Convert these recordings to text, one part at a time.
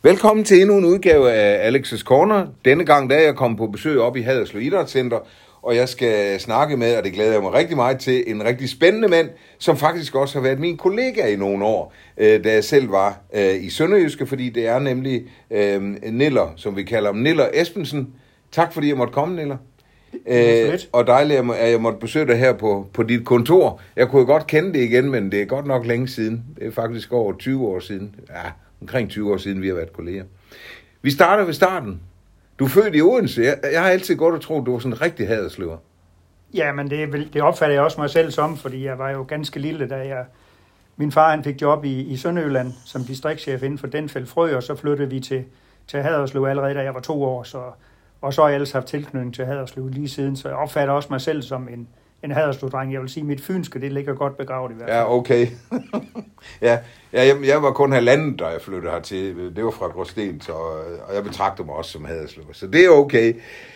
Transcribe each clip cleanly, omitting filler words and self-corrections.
Velkommen til endnu en udgave af Alex's Corner. Denne gang der er jeg kommet på besøg op i Haderslev Idrætscenter, og jeg skal snakke med, og det glæder jeg mig rigtig meget til, en rigtig spændende mand, som faktisk også har været min kollega i nogle år, da jeg selv var i Sønderjyske, fordi det er nemlig Niller, som vi kalder ham, Niller Espensen. Tak fordi jeg måtte komme, Niller. Og dejligt, at jeg måtte besøge dig her på dit kontor. Jeg kunne jo godt kende det igen, men det er godt nok længe siden. Det er faktisk over 20 år siden. Ja, omkring 20 år siden, vi har været kolleger. Vi starter ved starten. Du er født i Odense. Jeg har altid godt at tro, at du var sådan en rigtig haderslever. Ja, men det opfatter jeg også mig selv som, fordi jeg var jo ganske lille, min far han fik job i Sønderjylland som distriktschef inden for Denfeldt Frø, og så flyttede vi til Haderslev allerede, da jeg var 2 år, og så har jeg ellers haft tilknytning til Haderslev lige siden, så jeg opfatter også mig selv som en Haderslev-dreng. Jeg vil sige, at mit fynske, det ligger godt begravet i hvert fald. Ja, okay. Jeg var kun halvandet, da jeg flyttede hertil. Det var fra Gråsten, og jeg betragter mig også som Haderslev, så det er okay.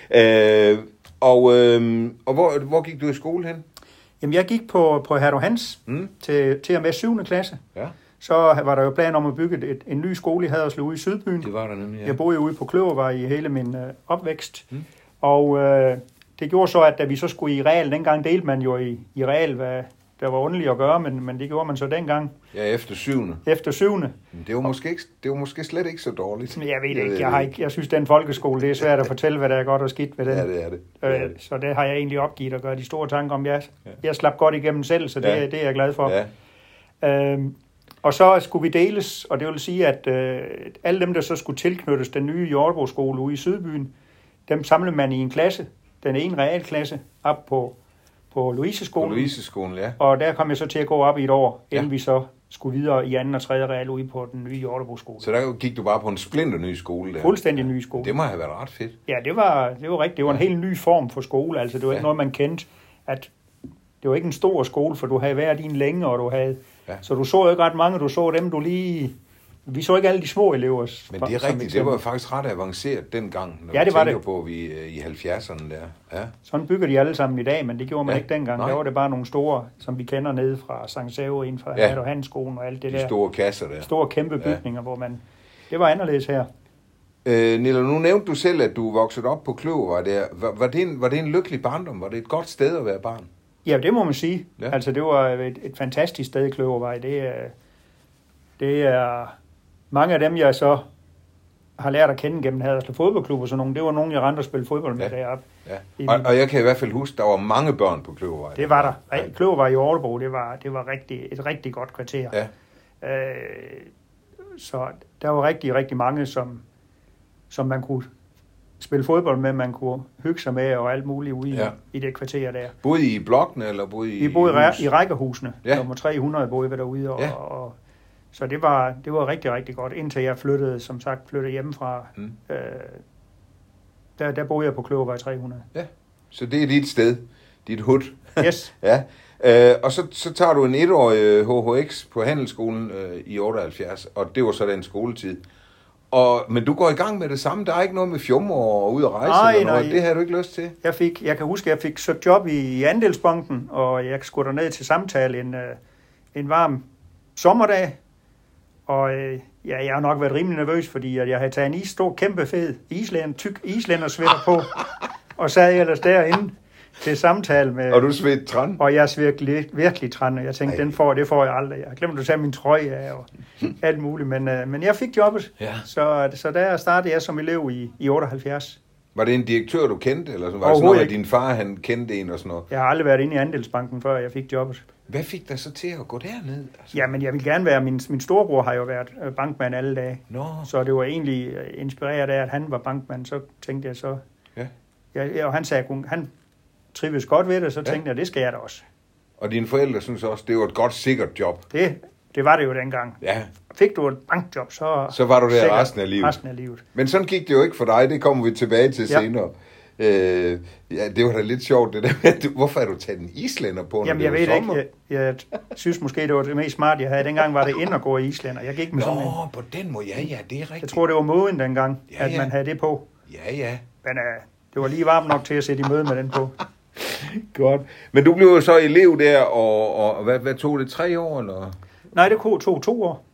Og hvor gik du i skole hen? Jamen, jeg gik på Hertug Hans til og med 7. klasse. Ja. Så var der jo plan om at bygge en ny skole i Haderslev ude i Sydbyen. Det var der nemlig, ja. Jeg boede ude på Kløvervej i hele min opvækst. Og det gjorde så, at da vi så skulle i real, dengang delte man jo i real, hvad der var underligt at gøre, men det gjorde man så dengang. Ja, efter 7. Efter 7. Det var måske slet ikke så dårligt. Jeg ved det ikke. Jeg synes, den folkeskole, det er svært at fortælle, hvad der er godt og skidt ved den. Ja, det er det. Så det har jeg egentlig opgivet at gøre de store tanker om. Jeg slap godt igennem selv, så det er jeg glad for. Ja. Og så skulle vi deles, og det vil sige, at alle dem, der så skulle tilknyttes den nye Jordbrugsskole ude i Sydbyen, dem samlede man i en klasse, den ene realklasse, op på Louiseskolen. På Louiseskolen, ja. Og der kom jeg så til at gå op i et år, inden vi så skulle videre i 2. og 3. real ude på den nye Jordbrugsskole. Så der gik du bare på en splinter ny skole der? Fuldstændig ny skole. Det må have været ret fedt. Ja, det var rigtigt. Det var en helt ny form for skole. Altså, det var ikke noget, man kendte. Det var ikke en stor skole, for du havde hver din længe, og du havde... Ja. Så du så ikke ret mange, du så dem, du lige... Vi så ikke alle de små elever. Men det er rigtigt, det var faktisk ret avanceret dengang, når det tænker på, vi i 70'erne der. Ja. Sådan bygger de alle sammen i dag, men det gjorde man ikke dengang. Der var det bare nogle store, som vi kender nede fra Sankt Severin, fra Hertug Hans-skolen og alt det der. De store kasser der. Store kæmpe bygninger, hvor man... Det var anderledes her. Nilla, nu nævnte du selv, at du voksede op på Kløvervej der. Var det en lykkelig barndom? Var det et godt sted at være barn? Ja, det må man sige. Ja. Altså, det var et fantastisk sted i Kløvervej. Det er mange af dem, jeg så har lært at kende gennem Haderslev Fodboldklub og sådan nogle. Det var nogen, jeg rendte og spille fodbold med deroppe. Ja. Og jeg kan i hvert fald huske, der var mange børn på Kløvervej. Det var der. Ja. Kløvervej i Aarhus, det var et rigtig godt kvarter. Ja. Så der var rigtig, rigtig mange, som man kunne spille fodbold med, man kunne hygge sig med og alt muligt ude i det kvarter der. Boede I blokken, eller boede I... Vi boede i rækkehusene. Ja. Nummer 300 boede vi derude, og så det var rigtig, rigtig godt, indtil jeg flyttede hjemmefra. Der boede jeg på Kløvervej 300. Ja, så det er dit sted, dit hud. Yes. Ja. Og så tager du en 1-årig HHX på Handelsskolen i 78, og det var så den skoletid. Men du går i gang med det samme. Der er ikke noget med fjummer og ud at rejse? Nej. Det havde du ikke lyst til? Jeg kan huske, at jeg fik søgt job i Andelsbanken, og jeg skulle derned til samtale en varm sommerdag. Og jeg har nok været rimelig nervøs, fordi jeg havde taget en stor, kæmpe fed tyk islændersvætter på, og sad ellers derinde til samtale med... Og du svedte træn? Og jeg svedte virkelig træn, og jeg tænkte, det får jeg aldrig. Jeg glemte at tage min trøje af og alt muligt, men jeg fik jobbet. Ja. Så der startede jeg som elev i 78. Var det en direktør, du kendte, eller var det sådan noget, at din far han kendte en og sådan noget? Jeg har aldrig været inde i Andelsbanken, før jeg fik jobbet. Hvad fik dig så til at gå derned? Altså? Jamen, jeg vil gerne være... Min storebror har jo været bankmand alle dage. Så det var egentlig inspireret af, at han var bankmand. Så tænkte jeg så... Ja. Og han sagde, han trives godt ved det, så tænkte jeg, det skal jeg da også. Og dine forældre synes også, det var et godt, sikkert job? Det var det jo dengang. Ja. Fik du et bankjob, så var du der sikkert resten af livet. Men sådan gik det jo ikke for dig, det kommer vi tilbage til senere. Det var da lidt sjovt, det der med, hvorfor har du taget en islænder på? Jamen, jeg ved det ikke. Jeg synes måske, det var det mest smart, jeg havde. Dengang var det ind at gå i islænder. Jeg gik med sådan en... på den måde, ja, det er rigtigt. Jeg tror, det var moden dengang, at man havde det på. Ja. Men det var lige varmt nok til at sætte i møde med den på. Godt. Men du blev jo så elev der, og hvad tog det, 3 år, eller? Nej, det tog 2 år.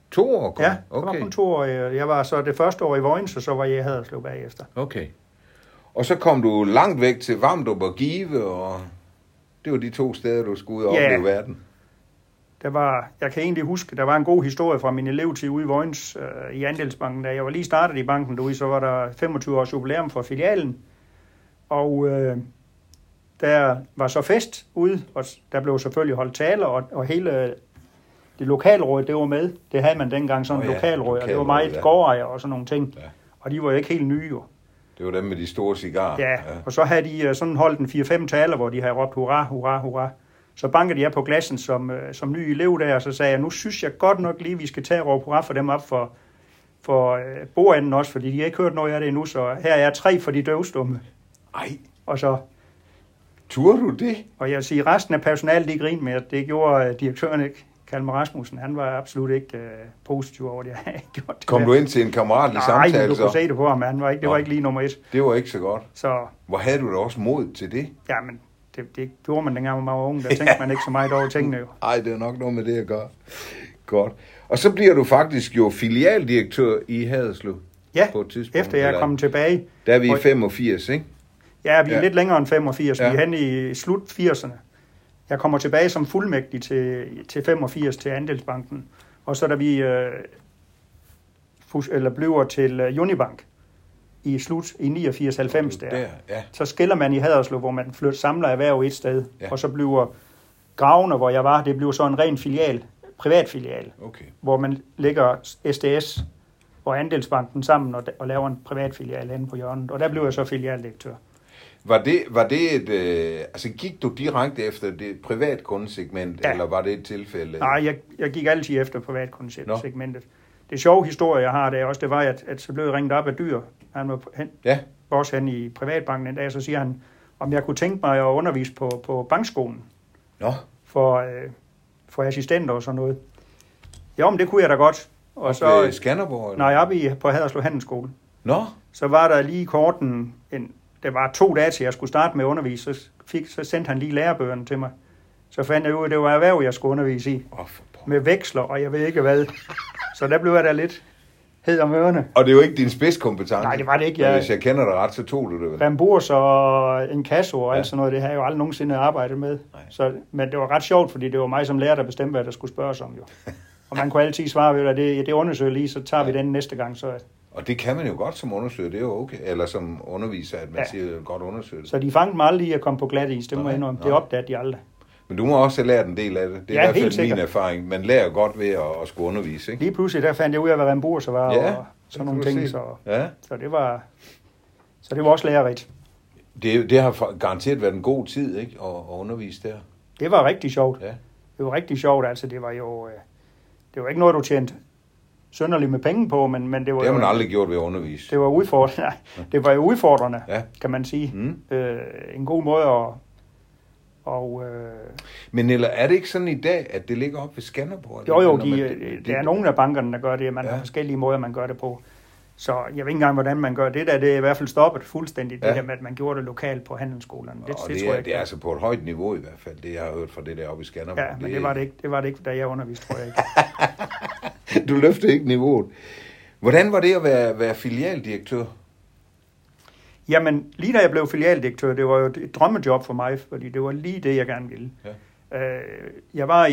2 år kun? Ja, det okay. var kun 2 år. Jeg var så det første år i Vojens, og så var jeg i Haderslev bagefter. Okay. Og så kom du langt væk til Vamdrup og Give, og det var de 2 steder, du skulle ud og opleve verden. Jeg kan egentlig huske, der var en god historie fra min elevtid ude i Vojens i Andelsbanken. Da jeg var lige startet i banken derude, så var der 25 års jubilæum for filialen. Og der var så fest ude, og der blev selvfølgelig holdt taler, og hele det lokalråd, det var med. Det havde man dengang, sådan et lokalråd, og det var meget gårdejer og sådan nogle ting. Ja. Og de var jo ikke helt nye, jo. Det var dem med de store cigarer. Ja, og så havde de sådan holdt en 4-5 taler, hvor de havde råbt hurra, hurra, hurra. Så bankede jeg på glassen som ny elev der, og så sagde jeg, nu synes jeg godt nok lige, vi skal tage og råbe hurra for dem op for bordenden også, fordi de har ikke hørt noget af det endnu, så her er 3 for de døvstumme. Ej. Og så... Turde du det? Og jeg siger, resten af personalet, de grinede med, at det gjorde direktøren ikke. Kalmar Rasmussen, han var absolut ikke positiv over det, jeg havde gjort. Kom du ind til en kammeratlig samtale? Nej, du kunne se det på ham, det var ikke lige nummer 1. Det var ikke så godt. Så... Hvor havde du da også mod til det? Jamen, det gjorde man dengang, man var ung. Der tænkte man ikke så meget over tingene jo. Nej, det er nok noget med det at gøre. Godt. Og så bliver du faktisk jo filialdirektør i Haderslev. Ja, på et tidspunkt, efter jeg er kommet tilbage. Der er vi i 85, ikke? Ja, vi er lidt længere end 85. Ja. Vi er henne i slut 80'erne. Jeg kommer tilbage som fuldmægtig til 85 til Andelsbanken. Og så da vi bliver til Unibank i 89-90 der, så skiller man i Haderslev, hvor man samler erhverv et sted. Ja. Og så bliver Gravene, hvor jeg var, det bliver så en ren filial, privat filial, hvor man lægger SDS og Andelsbanken sammen og laver en privat filial inde på hjørnet. Og der blev jeg så filialdirektør. Var det et... altså gik du direkte efter det privatkundesegment, eller var det et tilfælde? Nej, jeg gik altid efter privatkundesegmentet. Det sjove historie, jeg har, det var, at så blev jeg ringet op af Dyr. Han var også hen i privatbanken en dag, så siger han, om jeg kunne tænke mig at undervise på bankskolen. For assistenter og sådan noget. Jo, men det kunne jeg da godt. Og så Skanderborg? Nej, oppe på Haderslev Handelsskole. Så var der lige korten det var 2 dage til, jeg skulle starte med at undervise, så sendte han lige lærebøgerne til mig. Så fandt jeg ud af, at det var erhverv, jeg skulle undervise i. Med veksler, og jeg ved ikke hvad. Så der blev jeg da lidt hed om ørerne. Og det er jo ikke din spidskompetence? Nej, det var det ikke. Hvis jeg kender dig ret, så tog du det vel? Remburs og inkasso og alt sådan noget, det har jeg jo aldrig nogensinde arbejdet med. Men det var ret sjovt, fordi det var mig som lærer, der bestemte, hvad der skulle spørges om jo. Og man kunne altid svare ved, at det undersøger lige, så tager vi den næste gang. Så. Og det kan man jo godt som undersøger, det er jo okay. Eller som underviser, at man siger godt undersøger det. Så de fangede mig aldrig i at komme på glat is, det må jeg indrømme. Det opdagede de aldrig. Men du må også have lært en del af det. Det er i hvert fald min erfaring. Man lærer godt ved at skulle undervise, ikke? Lige pludselig, der fandt jeg ud af, hvad Remburs var, og sådan nogle ting. Så det var også lærerigt. Det har garanteret været en god tid, ikke? At undervise der. Det var rigtig sjovt. Ja. Det var rigtig sjovt, altså. Det var jo ikke noget, du tjente synderligt med penge på, men det var... Det har man aldrig gjort ved at undervise. Det var udfordrende. Nej, det var jo udfordrende, kan man sige. En god måde at... Men eller er det ikke sådan i dag, at det ligger op ved Skanderborg? Jo, der er nogle af bankerne, der gør det, man har forskellige måder, man gør det på. Så jeg ved ikke engang, hvordan man gør det der. Det er i hvert fald stoppet fuldstændigt, det der med, at man gjorde det lokalt på handelsskolerne. Det tror jeg ikke. Det er altså på et højt niveau i hvert fald, det jeg har hørt fra det der oppe i Skanderborg. Ja, men det var det ikke, da jeg underviste, tror jeg ikke. Du løftede ikke niveauet. Hvordan var det at være filialdirektør? Jamen, lige da jeg blev filialdirektør, det var jo et drømmejob for mig, fordi det var lige det, jeg gerne ville. Ja. Jeg var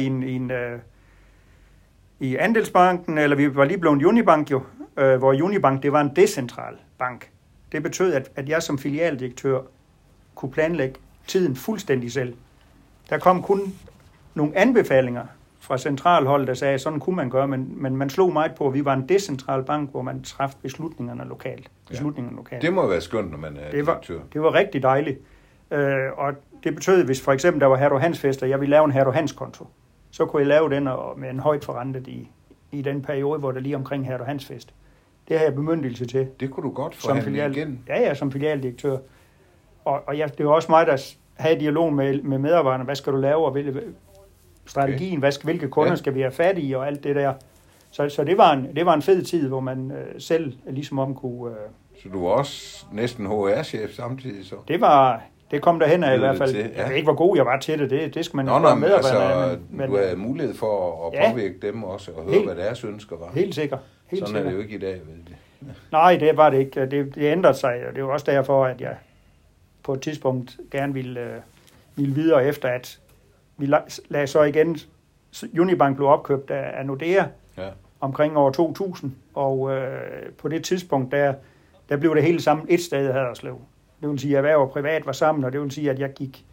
i Andelsbanken, eller vi var lige blevet Unibank jo, hvor Unibank, det var en decentral bank. Det betød, at jeg som filialdirektør kunne planlægge tiden fuldstændig selv. Der kom kun nogle anbefalinger fra centralhold, der sagde, sådan kunne man gøre, men man slog meget på, at vi var en decentral bank, hvor man træffede beslutningerne lokalt. Det må være skønt, når man er direktør. Det var rigtig dejligt. Og det betød, hvis for eksempel der var Hertug Hans fester, jeg ville lave en Hertug Hans konto, så kunne jeg lave den med en højt forrentet i den periode, hvor der lige omkring Hertug Hans fest. Det har jeg bemyndigelse til. Det kunne du godt forhandle igen. Ja, som filialdirektør. Og det var også mig, der havde dialog med medarbejderne. Hvad skal du lave, og strategien, hvilke kunder skal vi have fat i, og alt det der. Så det var en fed tid, hvor man selv ligesom kunne... Så du var også næsten HR-chef samtidig så? Det kom derhen af i Lyder hvert fald. det til, ja. Jeg ved ikke, hvor god jeg var til det. Det skal man Nå, gøre men medarbejderne. altså, du havde mulighed for at påvirke dem også, og høre, hvad deres ønsker var. Helt sikkert. Sådan er det jo ikke i dag, ved det. Nej, det var det ikke. Det ændrede sig, og det var også derfor, at jeg på et tidspunkt gerne ville videre efter, at vi lagde så igen. Unibank blev opkøbt af Nordea omkring år 2000, og på det tidspunkt, der blev det hele sammen et sted i Haderslev. Det vil sige, at erhverv og privat var sammen, og det vil sige, at jeg gik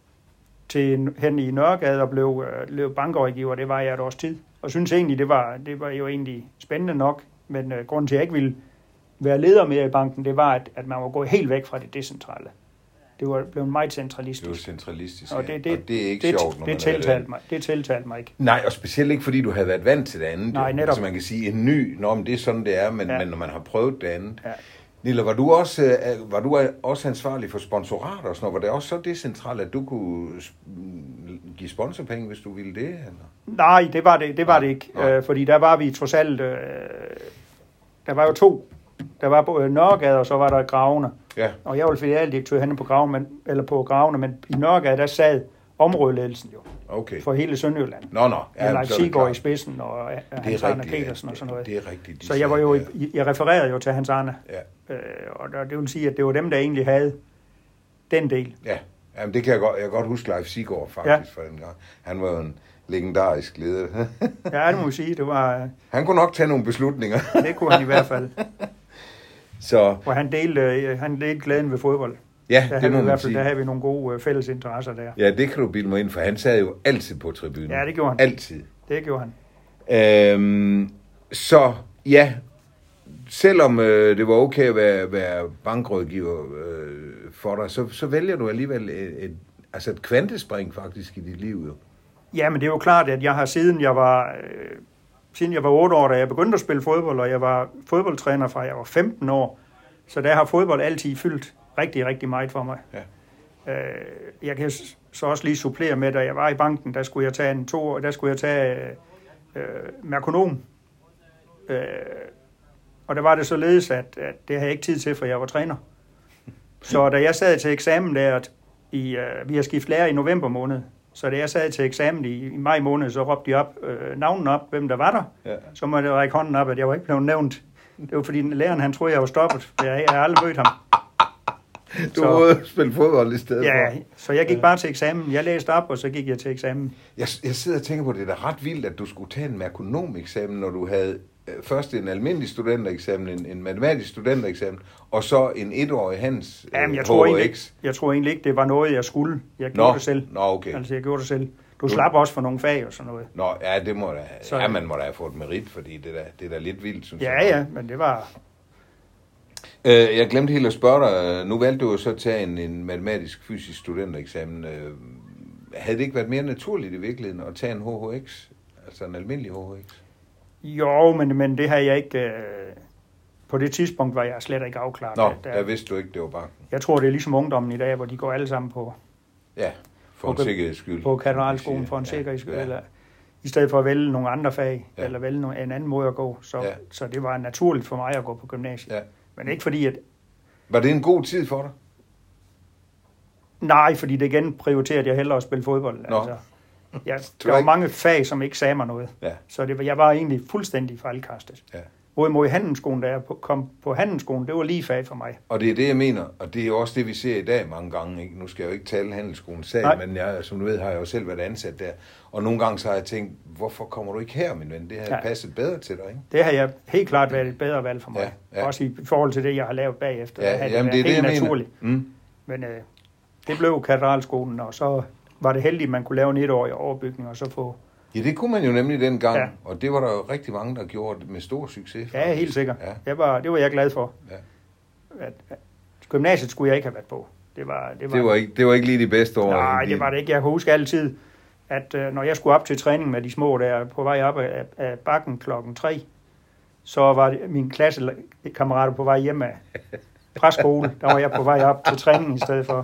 hen i Nørregade og blev bankrådgiver. Det var jeg et års tid. Og synes egentlig, det var jo egentlig spændende nok, men grunden til, at jeg ikke ville være leder mere i banken, det var, at man var gået helt væk fra det decentrale. Det var blevet meget centralistisk. Det var centralistisk, og og det er ikke sjovt, når det tiltalte mig ikke. Nej, og specielt ikke, fordi du havde været vant til det andet. Nej, netop. Altså man kan sige, en ny, det er sådan, det er, men når man har prøvet det andet. Ja. Nilla, var du også ansvarlig for sponsorater og sådan noget? Var det også så decentralt, at du kunne give sponsorpenge, hvis du ville det? Eller? Nej, det var det ikke. Fordi der var vi trods alt... der var jo to. Der var både Nørregade, og så var der Gravene. Ja. Og jeg var filialdirektør henne på Gravene, men i Nørregade, der sad områdeledelsen jo. Okay. For hele Sønderjylland. Ja, Leif Sigård i spidsen, og Hans Arne Petersen og sådan noget. Det er rigtigt. Så jeg var jo, jeg refererede jo til Hans Arne. Ja. Og det vil sige, at det var dem, der egentlig havde den del. Ja, jamen, det kan jeg godt huske Leif Sigård faktisk for den gang. Han var jo en legendarisk leder. Ja, det må jeg sige. Det var... Han kunne nok tage nogle beslutninger. Det kunne han i hvert fald. Så... Og han delte glæden ved fodbold. Ja, det må man sige. Der havde vi nogle gode fælles interesser der. Ja, det kan du bilde mig ind, for han sad jo altid på tribunen. Ja, det gjorde han. Altid. Det gjorde han. Så ja, selvom det var okay at være bankrådgiver for dig, så vælger du alligevel et kvantespring faktisk i dit liv jo. Ja, men det er jo klart, at jeg har siden jeg var 8 år, da jeg begyndte at spille fodbold, og jeg var fodboldtræner fra jeg var 15 år, så der har fodbold altid fyldt rigtig, rigtig meget for mig. Ja. Jeg kan så også lige supplere med, da jeg var i banken, der skulle jeg tage merkonom. Og der var det således, at det havde jeg ikke tid til, for jeg var træner. Så da jeg sad til eksamen der, vi har skiftet lærer i november måned, så da jeg sad til eksamen i maj måned, så råbte de navnene op, hvem der var der. Ja. Så måtte jeg række hånden op, at jeg var ikke blevet nævnt. Det var fordi læreren, han troede, jeg var stoppet, for jeg har aldrig mødt ham. Du måtte spille fodbold i stedet for. Så jeg gik bare til eksamen. Jeg læste op, og så gik jeg til eksamen. Jeg sidder og tænker på, det er da ret vildt, at du skulle tage en merkonomeksamen, når du havde først en almindelig studentereksamen, en matematisk studentereksamen, og så en etårig Hans HHX. Jeg tror egentlig ikke, det var noget, jeg skulle. Jeg gjorde det selv. Okay. Altså, jeg gjorde det selv. Du slap også for nogle fag og sådan noget. Ja, det må da. Ja, man må da have fået merit, fordi det er da lidt vildt, synes jeg. Ja, men det var... Jeg glemte helt at spørge dig. Nu valgte du jo så at tage en matematisk-fysisk studentereksamen. Havde det ikke været mere naturligt i virkeligheden at tage en HHX? Altså en almindelig HHX? Jo, men det har jeg ikke... På det tidspunkt var jeg slet ikke afklaret. Der vidste du ikke, det var banken. Jeg tror, det er ligesom ungdommen i dag, hvor de går alle sammen på... Ja, for en sikkerheds skyld. På katedralskolen for en sikkerheds skyld. Eller, i stedet for at vælge nogle andre fag, eller vælge en anden måde at gå. Så det var naturligt for mig at gå på gymnasiet. Ja. Men ikke fordi, at... Var det en god tid for dig? Nej, fordi det igen prioriterede jeg hellere at spille fodbold. Altså, der var mange fag, som ikke sagde mig noget. Ja. Så jeg var egentlig fuldstændig fejlkastet. Ja. Hvorimod handelsskolen, da jeg kom på handelsskolen, det var lige fag for mig. Og det er det, jeg mener, og det er også det, vi ser i dag mange gange. Ikke? Nu skal jeg jo ikke tale handelsskolens sag, men jeg, som du ved, har jeg jo selv været ansat der. Og nogle gange så har jeg tænkt, hvorfor kommer du ikke her, min ven? Det har passet bedre til dig, ikke? Det har jeg helt klart været et bedre valg for mig. Ja. Også i forhold til det, jeg har lavet bagefter. Ja, jamen, det er det, jeg naturligt. Mener. Men det blev katedralskolen, og så var det heldigt, at man kunne lave en etårig overbygning, og så få... Ja, det kunne man jo nemlig dengang, og det var der jo rigtig mange, der gjorde med stor succes. Faktisk. Ja, helt sikkert. Ja. Det var jeg glad for. Ja. Gymnasiet skulle jeg ikke have været på. Det var ikke lige de bedste år. Nej, det var det ikke. Jeg kan huske altid, at når jeg skulle op til træning med de små der, på vej op af bakken 3:00, så var det mine klassekammerater på vej hjem fra skole. Der var jeg på vej op til træning i stedet for.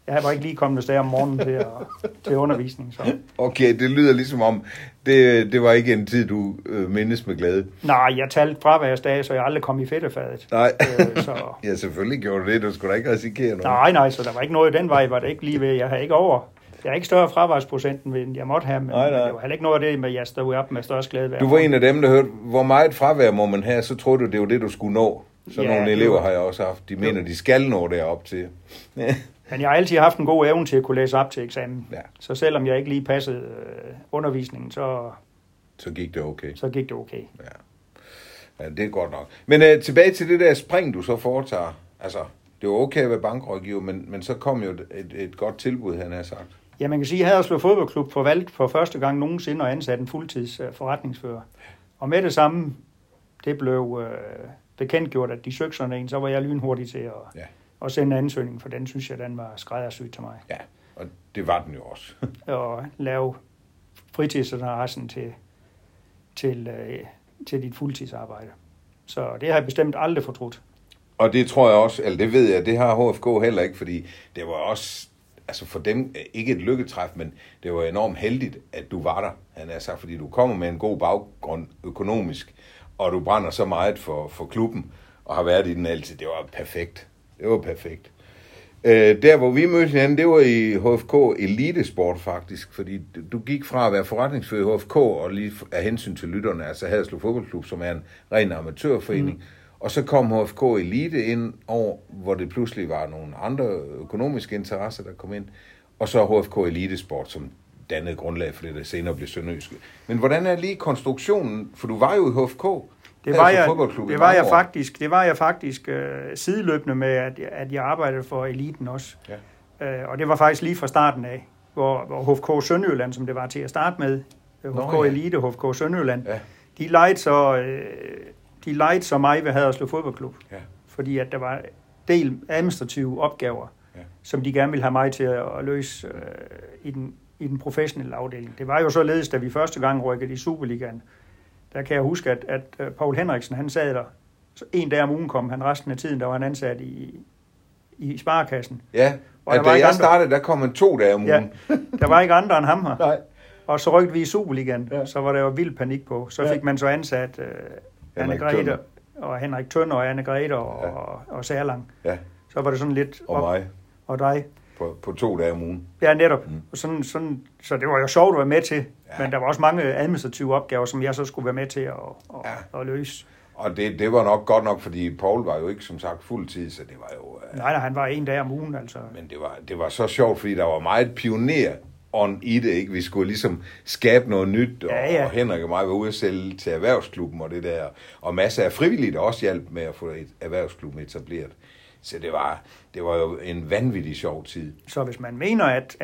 Jeg var ikke lige kommet afsted om morgenen til undervisning. Så. Okay, det lyder ligesom om, det var ikke en tid, du mindes med glæde. Nej, jeg talte fraværsdag, så jeg aldrig kom i fedtefadet. Nej, ja, selvfølgelig gjorde du det. Du skulle da ikke risikere noget. Nej, så der var ikke noget i den vej, var det ikke lige ved. Jeg har ikke større fraværsprocenten, end jeg måtte have, men det var heller ikke noget af det, med at jeg stod op med størst glæde. Du var en af dem, der hørte, hvor meget fravær må man have, så troede du, det var det, du skulle nå. Så nogle elever har jeg også haft. De mener, de skal nå derop til. Men jeg har altid haft en god evne til at kunne læse op til eksamen. Ja. Så selvom jeg ikke lige passede undervisningen, så gik det okay. Så gik det okay. Ja, det er godt nok. Men tilbage til det der spring, du så foretager. Altså, det var okay at være bankrådgiver, men så kom jo et godt tilbud, han har sagt. Ja, man kan sige, at Haderslev Fodboldklub forvalgte for første gang nogensinde og ansat en fuldtids forretningsfører. Og med det samme, det blev bekendtgjort, at de søgte sådan en, så var jeg lynhurtig til at sende en ansøgning, for den synes jeg, den var skræddersyet til mig. Ja, og det var den jo også. Og lave fritidsadressen til dit fuldtidsarbejde. Så det har jeg bestemt aldrig fortrudt. Og det tror jeg også, eller det ved jeg, det har HFK heller ikke, fordi det var også, altså for dem, ikke et lykketræf, men det var enormt heldigt, at du var der, han er sagt, fordi du kommer med en god baggrund økonomisk, og du brænder så meget for klubben, og har været i den altid. Det var perfekt. Det var perfekt. Der, hvor vi mødte hinanden, det var i HFK Elitesport faktisk, fordi du gik fra at være forretningsfører i HFK, og lige af hensyn til lytterne, altså Haderslev Fodboldklub, som er en ren amatørforening, og så kom HFK Elite ind over, hvor det pludselig var nogle andre økonomiske interesser, der kom ind, og så HFK Elitesport, som dannede grundlag for det, der senere blev Sønderjyske. Men hvordan er lige konstruktionen? For du var jo i HFK. Det var jeg faktisk sideløbende med, at jeg arbejdede for eliten også. Ja. Og det var faktisk lige fra starten af, hvor HFK Sønderjylland, som det var til at starte med, HFK Elite, HFK Sønderjylland, de lejede så mig ved Haderslev Fodboldklub. Ja. Fordi at der var del administrative opgaver, som de gerne ville have mig til at løse i den professionelle afdeling. Det var jo således, da vi første gang rykkede i Superligaen. Der kan jeg huske, at Paul Henriksen, han sad der. Så en dag om ugen kom han, resten af tiden, der var han ansat i Sparekassen. Ja, og da jeg startede, der kom han 2 dage om ugen. Ja, der var ikke andre end ham her. Nej. Og så rykkede vi i Superligaen, så var der jo vild panik på. Så fik man så ansat Anne Grete og Henrik Tønder og Anne Grete og Særlang. Ja. Så var det sådan lidt... Og mig. Og dig. På 2 dage om ugen. Ja, netop. Og så det var jo sjovt at være med til, men der var også mange administrative opgaver, som jeg så skulle være med til at løse. Og det var nok godt nok, fordi Paul var jo ikke, som sagt, fuldtid, så det var jo... Nej, han var 1 dag om ugen, altså. Men det var så sjovt, fordi der var meget pionerånd i det, ikke? Vi skulle ligesom skabe noget nyt, og Henrik og mig var ude at sælge til erhvervsklubben og det der, og masser af frivillige, der også hjalp med at få et erhvervsklub etableret. Så det var jo en vanvittig sjov tid. Så hvis man mener,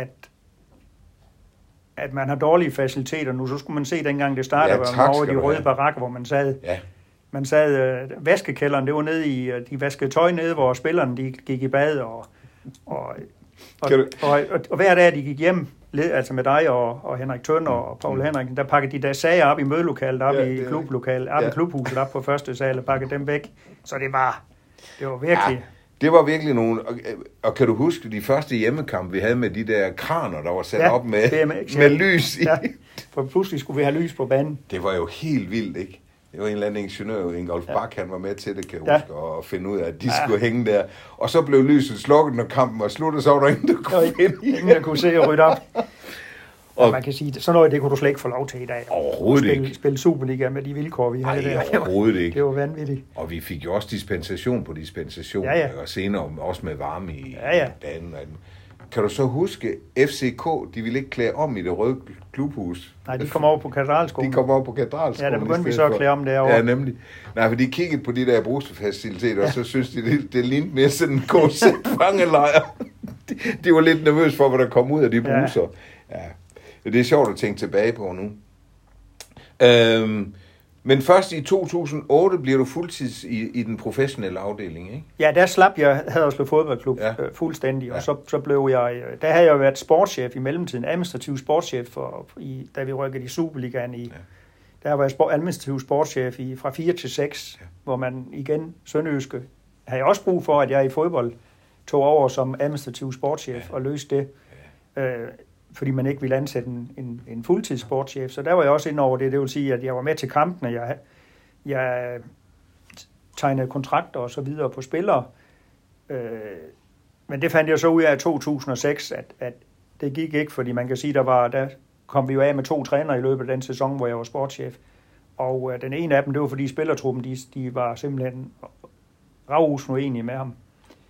at man har dårlige faciliteter nu, så skulle man se dengang det startede, over de røde barakker, hvor man sad. Ja. Man sad vaskekælderen, det var nede i, de vaskede tøj nede, hvor spillerne de gik i bad, og hver dag de gik hjem, altså med dig og Henrik Tønder og Paul Henriksen, der pakkede de der sager op i mødelokalet, op i klublokalet, op i klubhuset, op på første sal, og pakkede dem væk. Så det var virkelig... Ja. Det var virkelig nogle... Og kan du huske de første hjemmekampe, vi havde med de der kraner, der var sat op med lys i? Ja, for pludselig skulle vi have lys på banen. Det var jo helt vildt, ikke? Det var en eller anden ingeniør, Ingolf Bak, han var med til det, kan jeg huske, og finde ud af, at de skulle hænge der. Og så blev lyset slukket, når kampen var slut, og så var der ingen, der kunne finde i. Ingen, der kunne se og rydde op. Og man kan sige, sådan noget, det kunne du slet ikke få lov til i dag. Overhovedet ikke. Spille Superliga med de vilkår, vi havde der. Overhovedet ikke. Det var vanvittigt. Og vi fik jo også dispensation på dispensation, og senere også med varme i dagen. Kan du så huske, FCK, de ville ikke klæde om i det røde klubhus? Nej, de kom over på Katedralskolen. De kom over på Katedralskolen. Ja, der begyndte vi så at klæde om derovre. Ja, nemlig. Nej, for de kiggede på de der brugsfaciliteter, og så synes de, det lignede mere sådan en KZ-fangelejr. De var lidt nervøse for, hvad der kom ud af de bruser. Ja. Det er sjovt at tænke tilbage på nu. Men først i 2008 bliver du fuldtids i den professionelle afdeling, ikke? Ja, der slap jeg Haderslev Fodboldklub fuldstændig, og så blev jeg... Der havde jeg været sportschef i mellemtiden, administrativ sportschef, da vi rykkede i Superligaen. Der var jeg administrativ sportschef fra 4 til 6, hvor man igen, Sønderjyske, havde jeg også brug for, at jeg i fodbold tog over som administrativ sportschef og løste det, fordi man ikke ville ansætte en fuldtids sportschef. Så der var jeg også inde over det. Det vil sige, at jeg var med til kampene. Jeg tegnede kontrakter og så videre på spillere. Men det fandt jeg så ud af i 2006, at det gik ikke, fordi man kan sige, der kom vi jo af med 2 trænere i løbet af den sæson, hvor jeg var sportschef. Og den ene af dem, det var fordi spillertruppen, de var simpelthen ravusende uenige med ham.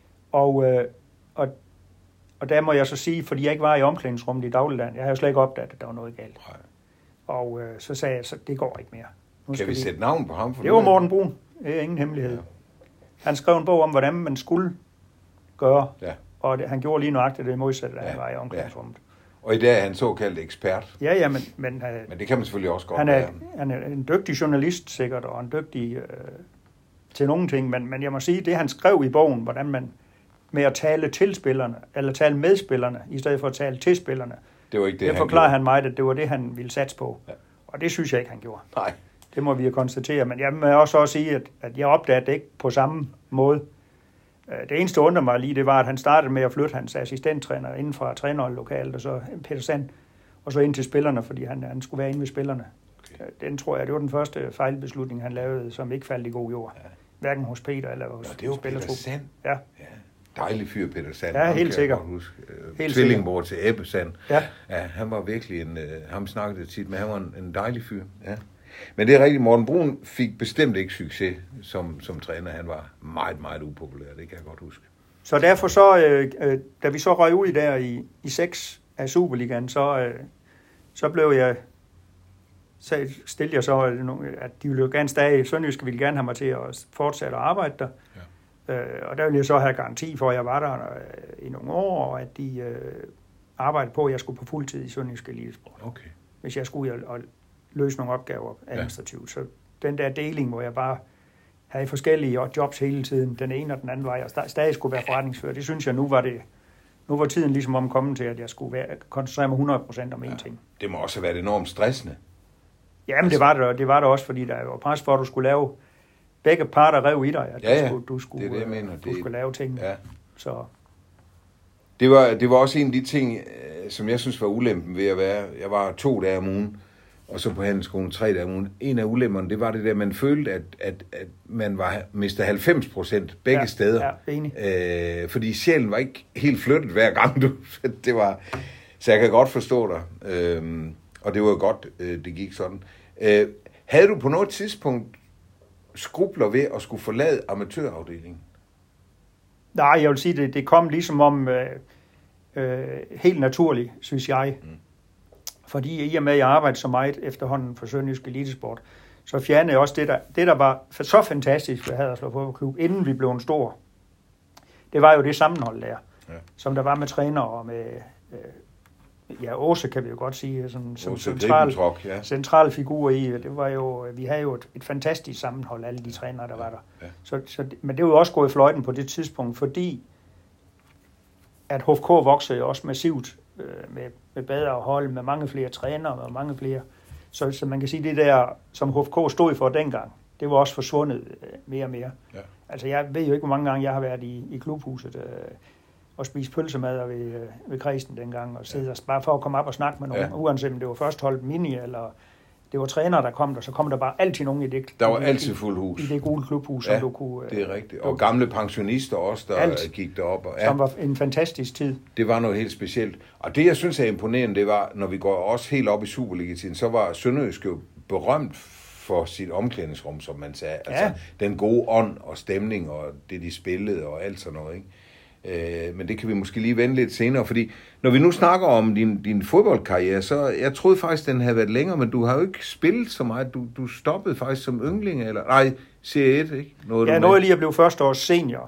Og der må jeg så sige, fordi jeg ikke var i omklædningsrummet i dagligdagen, jeg havde jo slet ikke opdaget, at der var noget galt. Nej. Og så sagde jeg, så det går ikke mere. Kan vi sætte navn på ham? Det var Morten Brun. Det er ingen hemmelighed. Ja. Han skrev en bog om, hvordan man skulle gøre, og han gjorde lige nøjagtigt det modsatte, da han var i omklædningsrummet. Og i dag er han såkaldt ekspert. Ja, men det kan man selvfølgelig også godt være. Han er en dygtig journalist sikkert, og en dygtig til nogle ting, men jeg må sige, det han skrev i bogen, hvordan man med at tale til spillerne, eller tale med spillerne, i stedet for at tale til spillerne, det var ikke det, han forklarer han mig, at det var det, han ville satse på. Ja. Og det synes jeg ikke, han gjorde. Nej. Det må vi konstatere, men jeg må også sige, at jeg opdagede det ikke på samme måde. Det eneste undrer mig lige, det var, at han startede med at flytte hans assistenttræner inden fra trænerlokalet, og så Peter Sand, og så ind til spillerne, fordi han skulle være inde ved spillerne. Okay. Den tror jeg, det var den første fejlbeslutning, han lavede, som ikke faldt i god jord. Ja. Hverken hos Peter eller hos spillertruppen. Det var Peter Sand. Ja. Dejlig fyr, Peter Sand. Ja, helt sikkert. Tvillingbror til Ebbe Sand. Ja, han var virkelig ham snakkede tit med, han var en dejlig fyr. Ja. Men det er rigtigt, Morten Brun fik bestemt ikke succes som træner. Han var meget, meget upopulær, det kan jeg godt huske. Så derfor så, da vi så røg ud der i 6 af Superligaen, så blev jeg, stillede jeg så, at de ville jo gerne stadig, Sønderjyske ville gerne have mig til at fortsætte at arbejde der. Ja. Og der ville jeg så have garanti for, at jeg var der i nogle år, og at de arbejdede på, at jeg skulle på fuldtid i Sønderjyske Elitesport. Okay. Hvis jeg skulle og løse nogle opgaver administrativt. Så den der deling, hvor jeg bare havde forskellige jobs hele tiden, den ene og den anden vej, og stadig skulle være forretningsfører, det synes jeg, nu var tiden ligesom omkommet til, at jeg skulle koncentrere mig 100% om én ting. Det må også have været enormt stressende. Jamen, det var det også, fordi der var pres for, at du skulle lave, begge parter rev i dig, at du skulle, det er det, jeg mener. Du skulle lave ting. Ja. Så. Det var også en af de ting, som jeg synes var ulempen ved at være, jeg var 2 dage om ugen, og så på handelsskolen 3 dage om ugen. En af ulemperne, det var det der, man følte, at man mistet 90% begge steder. Ja, enig. Fordi sjælen var ikke helt flyttet hver gang, det var. Så jeg kan godt forstå dig. Og det var godt, det gik sådan. Havde du på noget tidspunkt skrubler ved at skulle forlade amatørafdelingen? Nej, jeg vil sige, det kom ligesom om helt naturligt, synes jeg. Fordi i og med, at jeg arbejdede så meget efterhånden for Sønderjysk Elitesport, så fjernede jeg også det der var så fantastisk ved Haderslev Fodboldklub, inden vi blev en stor. Det var jo det sammenhold der, som der var med træner og med, Åse kan vi jo godt sige, som central figur i. Det var jo, vi havde jo et fantastisk sammenhold, alle de trænere, der var der. Ja. Men det var jo også gået i fløjten på det tidspunkt, fordi at HFK voksede jo også massivt med bedre hold, med mange flere trænere og mange flere. Så man kan sige, det der, som HFK stod for dengang, det var også forsvundet mere og mere. Ja. Altså jeg ved jo ikke, hvor mange gange jeg har været i klubhuset og spise pølsemad ved Kristen dengang, og sidde bare for at komme op og snakke med nogen, uanset om det var først holdt mini, eller det var trænere, der kom der, så kom der bare altid nogen i det. Der var altid fuld hus. I det gule klubhus, som du kunne. Det er rigtigt. Og gamle pensionister også, der gik derop. Og, som var en fantastisk tid. Det var noget helt specielt. Og det, jeg synes er imponerende, det var, når vi går også helt op i Superliga-tiden, så var Sønderjysk jo berømt for sit omklædningsrum, som man sagde. Altså den gode ånd og stemning, og det, de spillede, og alt sådan noget, ikke? Men det kan vi måske lige vende lidt senere, fordi når vi nu snakker om din fodboldkarriere, så jeg troede faktisk, den havde været længere, men du har jo ikke spillet så meget. Du stoppede faktisk som yngling, eller nej, Serie 1, ikke? Nåede lige at blive førsteårs senior,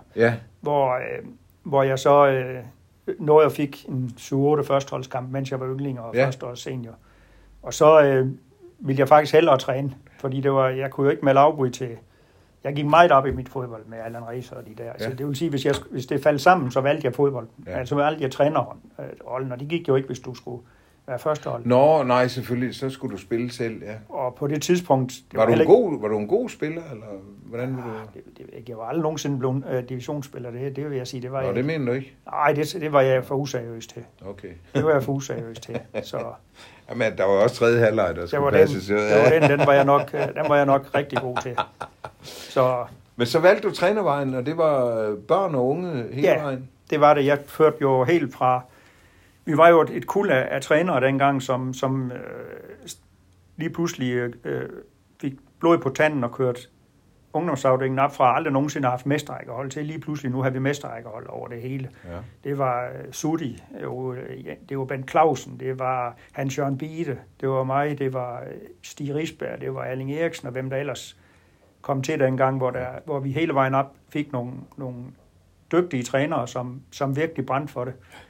hvor jeg så nåede at fik en 7-8 førsteholdskamp, mens jeg var yngling og førsteårs senior. Og så ville jeg faktisk hellere træne, fordi jeg kunne jo ikke melde afbud til. Jeg gik meget op i mit fodbold med Allan Reiser og de der. Ja. Altså, det vil sige, hvis det faldt sammen, så valgte jeg fodbold. Ja. Altså valgte jeg trænerrollen, og det gik jo ikke, hvis du skulle være førstehold. Nå, nej, selvfølgelig. Så skulle du spille selv, ja. Og på det tidspunkt... Var du en god spiller, eller hvordan var du... Jeg var aldrig nogensinde blevet divisionsspiller, det vil jeg sige. Det var det mener du ikke? Nej, det var jeg for useriøs til. Okay. Det var jeg for useriøs til, så... Jamen, der var også tredje halvleg, der skulle passes. Den var jeg nok rigtig god til. Så... Men så valgte du trænervejen, og det var børn og unge hele vejen? Ja, det var det. Jeg førte jo helt fra... Vi var jo et kuld af trænere dengang, som lige pludselig fik blod på tanden og kørte ungdomsafdelingen op fra aldrig nogensinde har haft mesterrækkehold til. Lige pludselig nu har vi mesterrækkehold over det hele. Ja. Det var Sudi, det var Bent Clausen, det var Hans-Jørgen Bide, det var mig, det var Stig Risberg, det var Erling Eriksen og hvem der ellers kom til dengang, hvor vi hele vejen op fik nogle dygtige trænere, som virkelig brændte for det.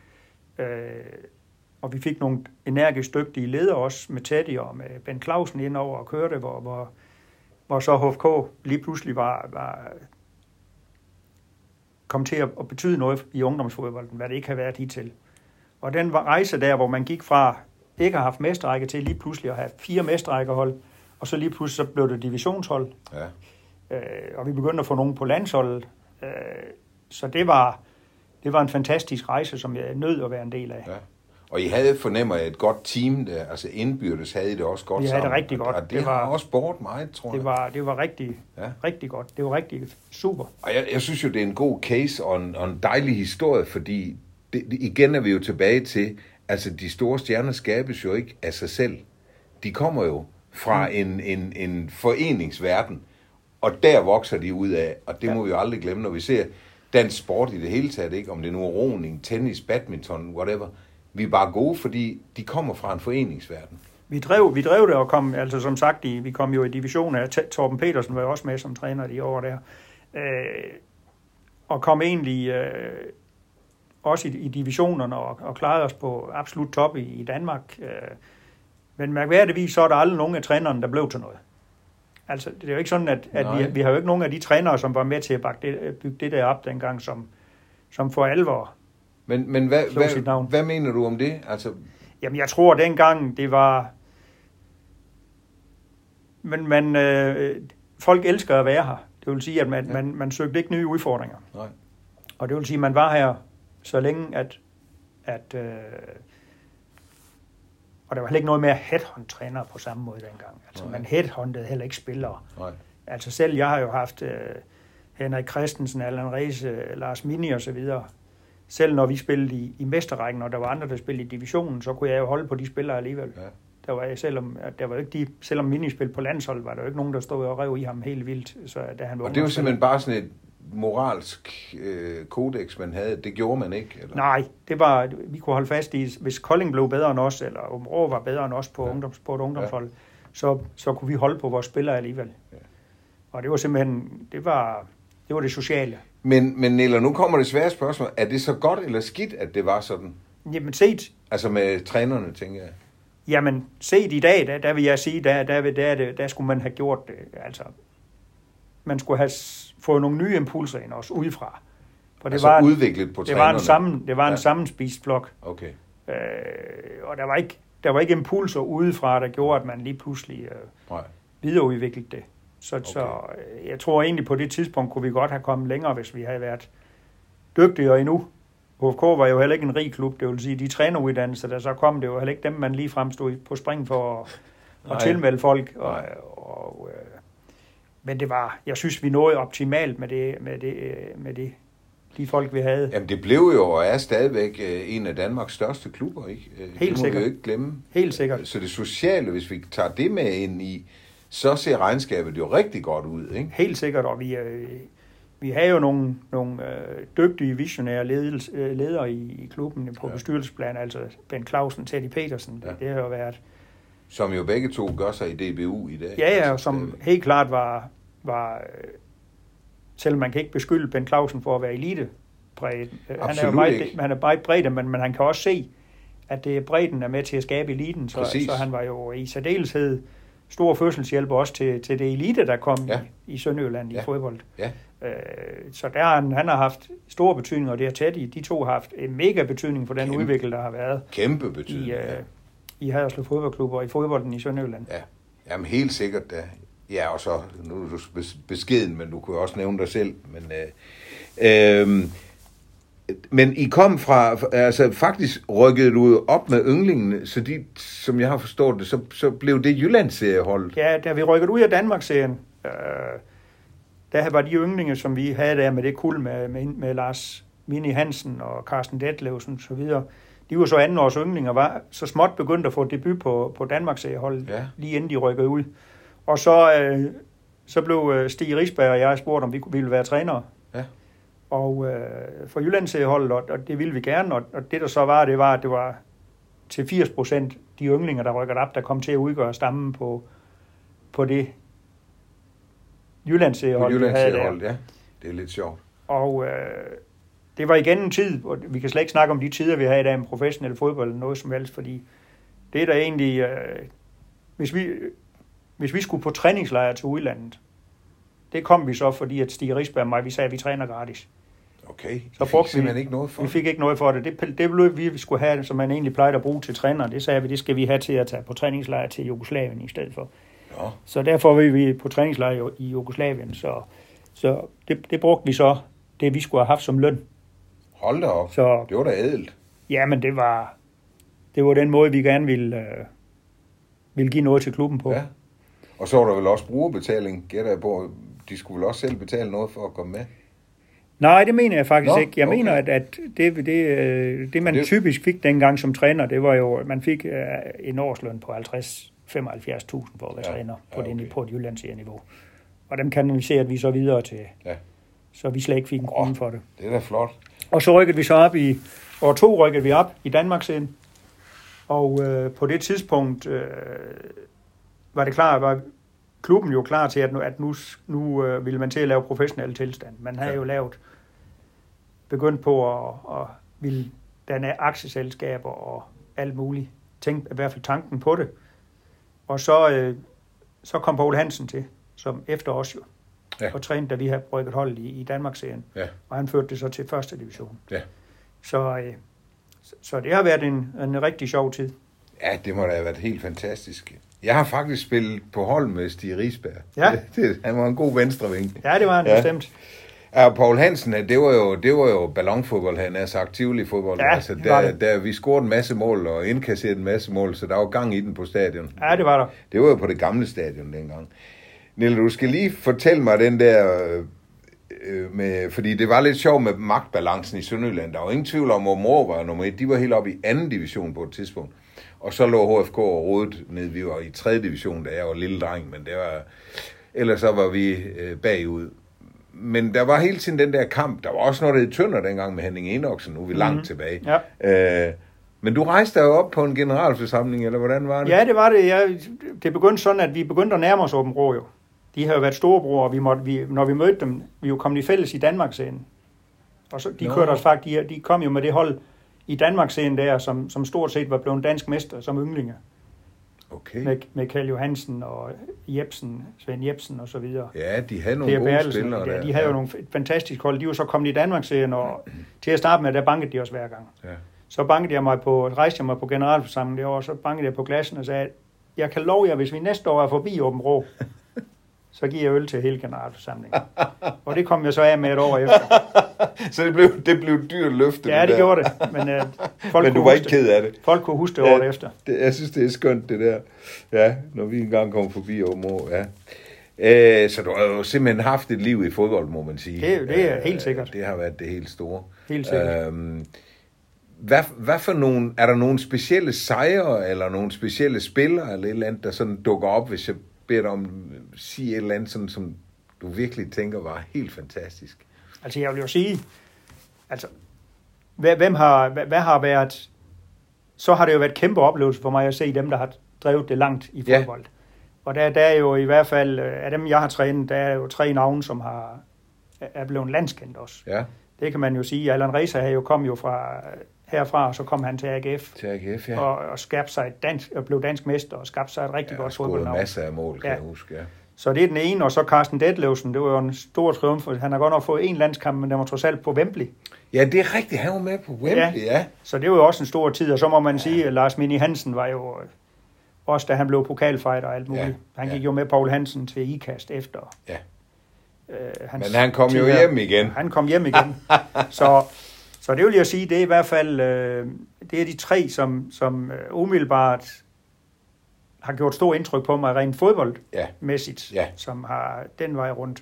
Og vi fik nogle energisk dygtige ledere også med Teddy og med Ben Clausen indover og kørte, hvor så HFK lige pludselig kom til at betyde noget i ungdomsfodbolden, hvad det ikke har været hidtil. Og den rejse der, hvor man gik fra ikke at have haft mesterrække til lige pludselig at have 4 mesterrækkehold, og så lige pludselig så blev det divisionshold. Ja. Og vi begyndte at få nogen på landsholdet. Så det var en fantastisk rejse, som jeg nød at være en del af. Ja. Og I havde, fornemmer jeg, et godt team der, altså indbyrdes havde I det også godt sammen. Vi havde det rigtig godt. Og det har også båret meget, tror jeg. Det var rigtig godt. Det var rigtig super. Og jeg synes jo, det er en god case og en dejlig historie, fordi igen er vi jo tilbage til, altså de store stjerner skabes jo ikke af sig selv. De kommer jo fra en foreningsverden, og der vokser de ud af, og det må vi jo aldrig glemme, når vi ser dansk sport i det hele taget, ikke? Om det nu er roning, tennis, badminton, whatever. Vi er bare gode, fordi de kommer fra en foreningsverden. Vi drev det og kom, altså som sagt, vi kom jo i divisionen af, Torben Petersen var jo også med som træner de år der, og kom egentlig også i divisionerne og klarede os på absolut top i Danmark. Men mærkværdigvis så er der aldrig nogen af trænerne, der blev til noget. Altså, det er jo ikke sådan, at vi har jo ikke nogen af de trænere, som var med til at bygge det der op dengang, som for alvor. Men hvad mener du om det? Altså... Jamen, jeg tror dengang, det var... Men folk elsker at være her. Det vil sige, at man søgte ikke nye udfordringer. Nej. Og det vil sige, at man var her så længe, at og der var heller ikke noget med at headhunt-trænere på samme måde dengang. Altså, man headhuntede heller ikke spillere. Nej. Altså selv, jeg har jo haft Henrik Christensen, Allan Reese, Lars Mini og så videre. Selv når vi spillede i mesterrækken, og der var andre, der spillede i divisionen, så kunne jeg jo holde på de spillere alligevel. Ja. Selvom Mini spillede på landshold, var der jo ikke nogen, der stod og rev i ham helt vildt. Så, da han var og det var simpelthen bare sådan et moralsk kodex, man havde. Det gjorde man ikke? Eller? Nej, det var, vi kunne holde fast i, hvis Kolding blev bedre end os, eller Aabenraa var bedre end os på et ungdomshold, så kunne vi holde på vores spillere alligevel. Ja. Og det var simpelthen, det var det sociale. Men Niller, nu kommer det svære spørgsmål. Er det så godt eller skidt, at det var sådan? Jamen set. Altså med trænerne, tænker jeg. Jamen set i dag, der vil jeg sige, der skulle man have gjort det. Altså, man skulle have fået nogle nye impulser ind også udefra. For det altså var udviklet på trænerne? Det var en sammenspist flok. Okay. Og der var ikke impulser udefra, der gjorde, at man lige pludselig videreudviklede det. Så jeg tror egentlig på det tidspunkt kunne vi godt have kommet længere, hvis vi havde været dygtigere endnu. HFK var jo heller ikke en rig klub, det vil sige, de træneruddannelser, der så kom, det var heller ikke dem, man lige fremstod på spring for at tilmelde folk. Men det var, jeg synes, vi nåede optimalt med de folk, vi havde. Jamen det blev jo og er stadigvæk en af Danmarks største klubber, ikke? Helt sikkert. Det må vi jo ikke glemme. Helt sikkert. Så det sociale, hvis vi tager det med ind i, så ser regnskabet jo rigtig godt ud, ikke? Helt sikkert, og vi har jo nogle dygtige visionære ledere i klubben på bestyrelsesplan, altså Ben Clausen, Teddy Petersen, det har jo været. Som jo begge to gør sig i DBU i dag. Ja, og som helt klart var selvom man kan ikke beskylde Ben Clausen for at være elitepræget. Han er bare bredt, men han kan også se, at det er bredden er med til at skabe eliten, så han var jo i særdeleshed stor fødselshjælper også til det elite, der kom i Sønderjylland i fodbold. Ja. Så der han har haft stor betydning, og det har Teddy, de to har haft en mega betydning for den udvikling, der har været. Kæmpe betydning. i Haderslev Fodboldklub og i fodbolden i Sønderjylland. Ja, jamen helt sikkert da. Ja, og så, nu er du beskeden, men du kunne også nævne dig selv. Men I kom fra, altså faktisk rykkede du op med ynglingene, så de, som jeg har forstået det, så blev det Jyllandsserieholdet. Ja, da vi rykkede ud af Danmarksserien, der var de yndlinge, som vi havde der med det kuld med Lars Mini Hansen og Carsten Detlevsen og så videre. De var så andenårs yndlinger, var så småt begyndt at få debut på Danmarksserieholdet, lige inden de rykkede ud. Og så blev Stig Risberg og jeg spurgt, om vi ville være trænere. Ja. Og for Jyllandsserieholdet, og det ville vi gerne, og det der så var, at det var til 80% de yndlinger, der rykkede op, der kom til at udgøre stammen på det Jyllandsseriehold, vi havde der. Ja, det er lidt sjovt. Og det var igen en tid, og vi kan slet ikke snakke om de tider, vi havde i dag med professionel fodbold eller noget som helst, fordi det er der egentlig, hvis vi skulle på træningslejr til udlandet, det kom vi så, fordi at Stig Risberg og mig, vi sagde, at vi træner gratis. Okay, så fik simpelthen ikke noget for det? Vi fik ikke noget for det. Det beløb, vi skulle have, som man egentlig plejede at bruge til træner, det sagde vi, det skal vi have til at tage på træningslejr til Jugoslavien i stedet for. Ja. Så derfor var vi på træningslejr i Jugoslavien, så det brugte vi så, det vi skulle have haft som løn. Hold da op, så, det var da ædelt. Ja, men det var den måde, vi gerne ville give noget til klubben på. Ja. Og så var der vel også brugerbetaling, gætter jeg på. De skulle vel også selv betale noget for at komme med? Nej, det mener jeg faktisk ikke. Jeg mener, at det man typisk fik dengang som træner, det var jo, man fik en årsløn på 75.000 for at være træner på et Jyllandsserien-niveau. Og dem kanaliserede vi så videre til, så vi slet ikke fik en krone for det. Det er da flot. Og så rykkede vi så op i år 2 rykkede vi op i Danmarksserien. Og på det tidspunkt var det klart, var klubben jo klar til, at nu ville man til at lave professionelle tilstand. Man havde jo begyndt på at ville danne aktieselskaber og alt muligt. Tænkte i hvert fald tanken på det. Og så kom Poul Hansen til, som efter os jo, og trænede, da vi havde rykket hold i Danmarksserien. Ja. Og han førte det så til første division. Ja. Så det har været en rigtig sjov tid. Ja, det må da have været helt fantastisk. Jeg har faktisk spillet på hold med Stig Risberg. Ja. Han var en god venstreving. Ja, det var han bestemt. Ja, Poul Hansen, det var jo ballonfodbold, han er sagt, Tivoli-fodbold. Ja, altså, der vi scorede en masse mål og indkasserede en masse mål, så der var gang i den på stadion. Ja, det var der. Det var jo på det gamle stadion dengang. Nille, du skal lige fortælle mig den der fordi det var lidt sjovt med magtbalancen i Sønderjylland. Der var ingen tvivl om, at Mor var nummer 1. De var helt oppe i 2. division på et tidspunkt. Og så lå HFK og rodet ned. Vi var i 3. division, da jeg var lille dreng, men ellers så var vi bagud. Men der var hele tiden den der kamp. Der var også noget, der hed Tønder dengang med Henning Enoksen. Nu er vi langt tilbage. Ja. Men du rejste jo op på en generalforsamling, eller hvordan var det? Ja, det var det. Det begyndte sådan, at vi begyndte at nærme os Aabenraa jo. De har jo været storebror, og når vi mødte dem, vi jo kom i fælles i Danmarksserien. Og så, kørte os faktisk, de kom jo med det hold i Danmarksserien der, som stort set var blevet dansk mester som yndlinge. Okay. Med Kjell Johansen og Svend Jebsen og så videre. Ja, de havde nogle gode spillere der. De havde jo nogle fantastiske hold. De var så kommet i Danmarksserien, og til at starte med, der bankede de os hver gang. Ja. Så rejste jeg mig på generalforsamlingen det år, og så bankede jeg på glassen og sagde, jeg kan love jer, hvis vi næste år er forbi Aabenraa, så giver jeg øl til hele generalforsamlingen. Og det kom jeg så af med et år efter. Så det blev et dyrt løfte. Ja, det gjorde det. Men du var ikke ked af det. Folk kunne huske det året efter. Jeg synes, det er skønt, det der. Ja, når vi engang kommer forbi Aabenraa. Ja. Så du har jo simpelthen haft et liv i fodbold, må man sige. Det er helt sikkert. Det har været det helt store. Helt sikkert. Hvad for nogle, er der nogle specielle sejre, eller nogle specielle spillere, eller et eller andet, der sådan dukker op, hvis jeg beder dig om at sige et eller andet, sådan, som du virkelig tænker var helt fantastisk? Altså, jeg vil jo sige, altså, hvad har været, så har det jo været kæmpe oplevelse for mig at se dem, der har drevet det langt i fodbold. Ja. Og der er jo i hvert fald, af dem, jeg har trænet, der er jo 3 navne, som er blevet landskendt også. Ja. Det kan man jo sige. Allan Reza kom jo herfra, og så kom han til AGF. Til AGF, ja. Og skabte sig og blev dansk mester, og skabte sig et rigtig godt fodboldnavn. Masser af mål, kan jeg huske, ja. Så det er den ene, og så Carsten Detlevsen, det var jo en stor triumf. Han har godt nok fået en landskamp, men den var trods alt på Wembley. Ja, det er rigtigt, han var med på Wembley, ja. Så det var jo også en stor tid, og så må man sige, at Lars Mini Hansen var jo også, da han blev pokalfighter og alt muligt. Ja. Han gik jo med Paul Hansen til IKAST efter. Ja. Men han kom jo hjem igen. Han kom hjem igen. Så det vil jeg sige, det er i hvert fald det er de tre, som umiddelbart har gjort stor indtryk på mig rent fodboldmæssigt, som har den vej rundt.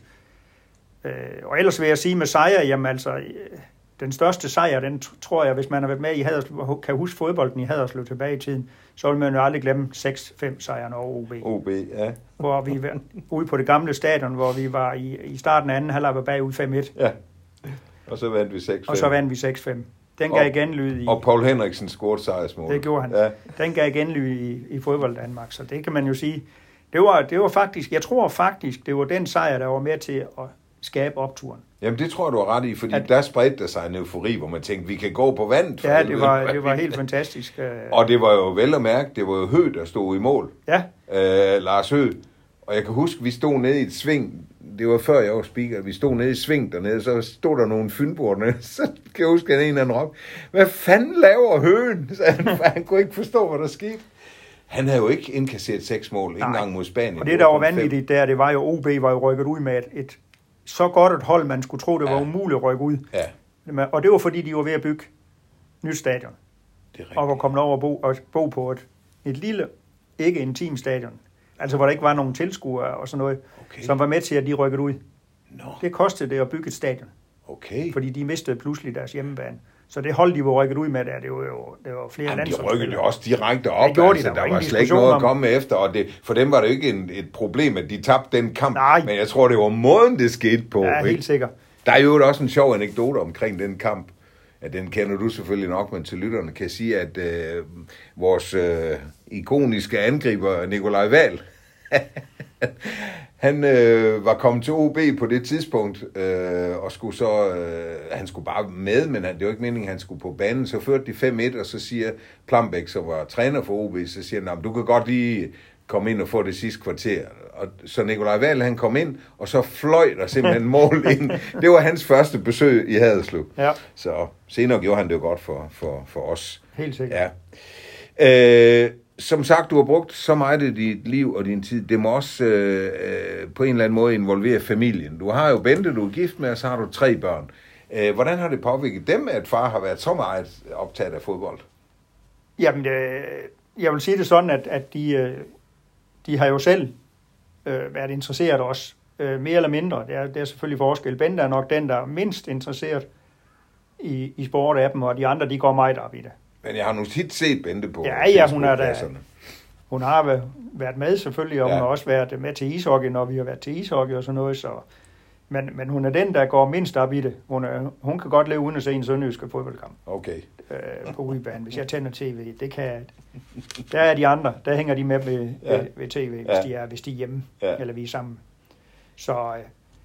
Og ellers vil jeg sige med sejr, jamen altså, den største sejr, den tror jeg, hvis man har været med i Haderslev, kan huske fodbolden i Haderslev tilbage i tiden, så vil man jo aldrig glemme 6-5 sejren over OB. OB, ja. Hvor vi var ude på det gamle stadion, hvor vi var i starten af anden halvleg var bagud 5-1. Ja, og så vandt vi 6-5. Og så vandt vi 6-5. Den gav genlyd i... Og Paul Henriksen scorede sejrsmål. Det gjorde han. Ja. Den gav genlyd i fodbold Danmark, så det kan man jo sige. Det var faktisk, jeg tror faktisk, det var den sejr, der var med til at skabe opturen. Jamen det tror jeg, du har ret i, fordi der spredte der sig en eufori, hvor man tænkte, vi kan gå på vandet. Ja, det var helt fantastisk. Og det var jo vel at mærke, det var jo Høgh, der stod i mål. Ja. Lars Høgh. Og jeg kan huske, vi stod nede i et sving. Det var før jeg var speaker. Vi stod nede i sving dernede, så stod der nogle fynboer dernede. Så kan jeg huske, at en eller anden råb, hvad fanden laver Høgh? Så han kunne ikke forstå, hvad der skete. Han havde jo ikke indkasseret 6 mål, ikke engang mod Spanien. Og det, der var vanvittigt der, det var jo, OB var jo rykket ud med et så godt et hold, man skulle tro, det var umuligt at rykke ud. Ja. Og det var, fordi de var ved at bygge nyt stadion. Og var kommet over at bo på et lille, ikke intimt stadion. Altså, hvor der ikke var nogen tilskuere og sådan noget, som var med til, at de rykkede ud. Det kostede det at bygge et stadion. Fordi de mistede pludselig deres hjemmebane. Så det hold, de var rykket ud med, det var flere landsholdsspillere. De rykkede jo også direkte op. Der var slet ikke noget at komme efter. Og for dem var det jo ikke et problem, at de tabte den kamp. Nej. Men jeg tror, det var måden, det skete på. Ja, helt sikkert. Der er jo også en sjov anekdote omkring den kamp. Ja, den kender du selvfølgelig nok, men til lytterne kan jeg sige, at vores ikoniske angriber, Nikolaj Wahl, han var kommet til OB på det tidspunkt, og skulle så, han skulle bare med, men det var ikke meningen, han skulle på banen. Så førte de 5-1, og så siger Plambæk, som var træner for OB, så siger han, du kan godt lige komme ind og få det sidste kvarter. Og så Nikolaj Wahl, han kom ind, og så fløj der simpelthen mål ind. Det var hans første besøg i Haderslev. Ja. Så senere gjorde han det jo godt for os. Helt sikkert. Ja. Som sagt, du har brugt så meget af dit liv og din tid. Det må også på en eller anden måde involvere familien. Du har jo Bente, du er gift med, og så har du 3 børn. Hvordan har det påvirket dem, at far har været så meget optaget af fodbold? Jamen, jeg vil sige det sådan, at de har jo selv været interesseret også, mere eller mindre. Det er selvfølgelig forskel. Bente er nok den, der er mindst interesseret i sport af dem, og de andre, de går meget op i det. Men jeg har nu tit set Bente på hun har været med selvfølgelig, og hun har også været med til ishockey, når vi har været til ishockey og sådan noget. Så. Men hun er den, der går mindst op i det. Hun kan godt leve uden at se en sønderjyske fodboldkamp. Okay. På udebanen. Hvis jeg tænder tv, det kan. Der er de andre, der hænger de med ved tv, hvis de er hjemme, eller vi er sammen. Så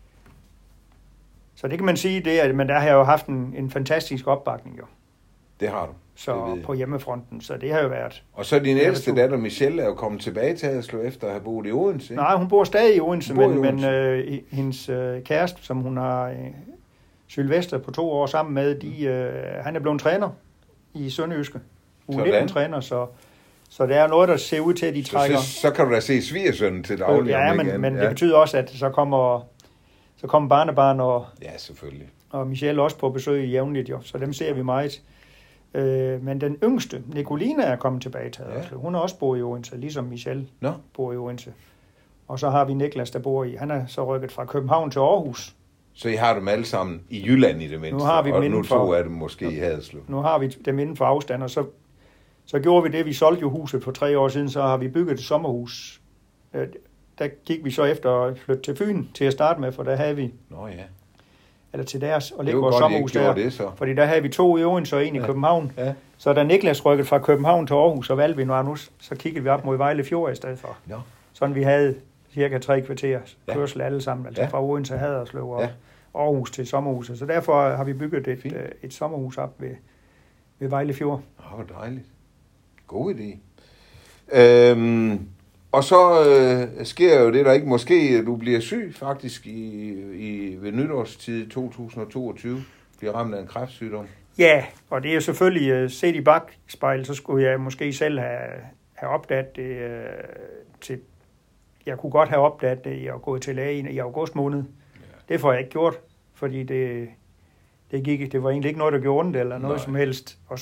det kan man sige, men der har jeg jo haft en fantastisk opbakning jo. Det har du. Så på hjemmefronten, så det har jo været... Og så din ældste datter, Michelle, er jo kommet tilbage til Haderslev efter at have boet i Odense, ikke? Nej, hun bor stadig i Odense, men hendes kæreste, som hun har Sylvester på 2 år sammen med, han er blevet træner i Sønderjyske. U19-træner, så det er noget, der ser ud til, at de trækker... Så kan du da se svigersønnen til daglig. Ja, men det betyder også, at så kommer barnebarn og... Ja, selvfølgelig. Og Michelle også på besøg jævnligt, jo, så dem ser vi meget. Men den yngste, Nicolina, er kommet tilbage til Haderslev. Hun har også boet i Odense, ligesom Michelle bor i Odense. Og så har vi Niklas, der bor han er så rykket fra København til Aarhus. Så I har dem alle sammen i Jylland i det mindste, nu har vi og nu 2 af dem måske i Haderslev. Nu har vi dem inden for afstand, og så gjorde vi det, vi solgte jo huset for 3 år siden, så har vi bygget et sommerhus. Der gik vi så efter at flytte til Fyn til at starte med, for der havde vi... eller til deres, og lægge vores sommerhus der. Det, fordi der havde vi 2 i Odense og 1 i København. Ja. Så da Niklas rykkede fra København til Aarhus, så valgte vi nu, så kiggede vi op mod Vejle Fjord i stedet for. Ja. Sådan vi havde cirka 3 kvarter kørsel alle sammen, altså fra Odense, Haderslev og Aarhus til sommerhuset. Så derfor har vi bygget et sommerhus op ved Vejle Fjord. Hvor dejligt. God idé. Og så sker jo det, der ikke måske, du bliver syg faktisk ved nytårstid 2022, bliver ramt af en kræftsygdom. Ja, og det er selvfølgelig set i bagspejl, så skulle jeg måske selv have opdaget det til... Jeg kunne godt have opdaget det i at gå til læge i august måned. Ja. Det får jeg ikke gjort, fordi det var egentlig ikke noget, der gjorde ondt eller noget som helst. Og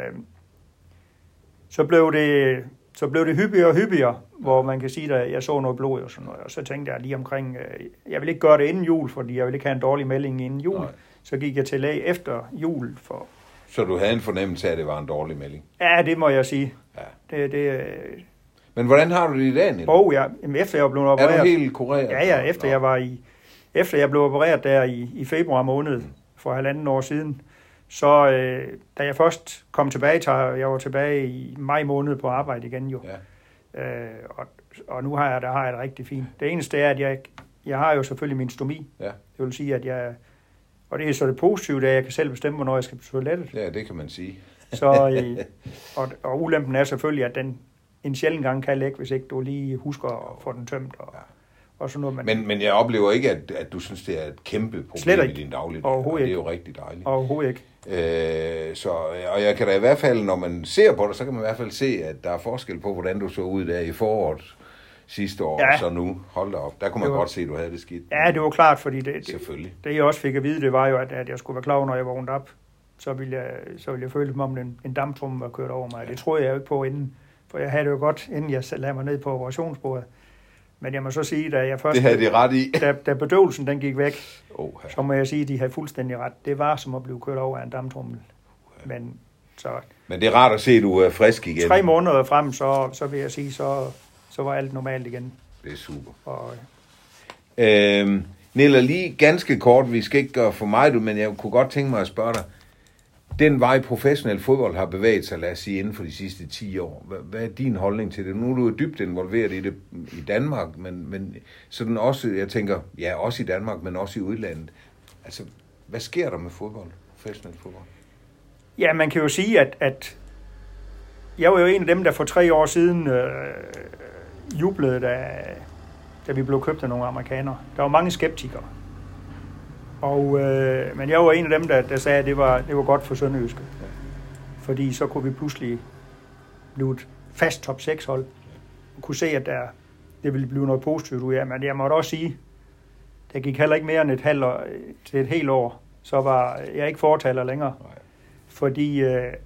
så blev det hyppigere og hyppigere, hvor man kan sige, at jeg så noget blod og sådan noget. Og så tænkte jeg lige omkring, jeg vil ikke gøre det inden jul, fordi jeg vil ikke have en dårlig melding inden jul. Nej. Så gik jeg til læge efter jul. Så du havde en fornemmelse af, at det var en dårlig melding? Ja, det må jeg sige. Ja. Men hvordan har du det i dag, Niels? Efter jeg blev opereret... Er du helt kureret? Ja, efter jeg blev opereret der i februar måned for 1,5 år siden, så da jeg først kom tilbage, jeg var tilbage i maj måned på arbejde igen jo. Ja. Og nu har jeg det rigtig fint. Det eneste er, at jeg har jo selvfølgelig min stomi. Ja. Det vil sige, at jeg... Og det er så det positive, at jeg kan selv bestemme, hvornår jeg skal på toilettet. Ja, det kan man sige. Og ulempen er selvfølgelig, at den en sjældent gang kan lægge, hvis ikke du lige husker at få den tømt. Og sådan noget. Men jeg oplever ikke, at du synes, det er et kæmpe problem i din dagligdag. Og det er jo rigtig dejligt. Overhovedet ikke. Og jeg kan da i hvert fald, når man ser på det, så kan man i hvert fald se, at der er forskel på, hvordan du så ud der i foråret sidste år, og så nu. Hold da op. Der kunne man godt se, at du havde det skidt. Ja, det var klart, fordi selvfølgelig. Det jeg også fik at vide, det var jo, at jeg skulle være klar, når jeg vågnede op. Så ville jeg føle som om en damptrumme var kørt over mig. Ja. Det troede jeg jo ikke på inden, for jeg havde det jo godt, inden jeg lagde mig ned på operationsbordet. Men jeg må så sige, da jeg først... Det havde de ret i. Da bedøvelsen den gik væk, så må jeg sige, at de havde fuldstændig ret. Det var som at blive kørt over af en damptrummel. Men det er rart at se, at du er frisk igen. 3 måneder frem, så vil jeg sige, så var alt normalt igen. Det er super. Nilla, lige ganske kort, vi skal ikke gøre for meget, men jeg kunne godt tænke mig at spørge dig. Den vej professionel fodbold har bevæget sig, lad os sige, inden for de sidste 10 år. Hvad er din holdning til det? Nu er du dybt involveret i det i Danmark, men sådan også, jeg tænker, ja, også i Danmark, men også i udlandet. Altså, hvad sker der med fodbold, professionel fodbold? Ja, man kan jo sige, at jeg var jo en af dem, der for 3 år siden jublede, da vi blev købt af nogle amerikanere. Der var mange skeptikere. Men jeg var en af dem, der sagde, at det var godt for Sønderjyske. Ja. Fordi så kunne vi pludselig blive et fast top 6 hold. Og kunne se, at det ville blive noget positivt ud af. Men jeg måtte også sige, der gik heller ikke mere end et helt år. Så var jeg ikke fortaler længere. Nej. Fordi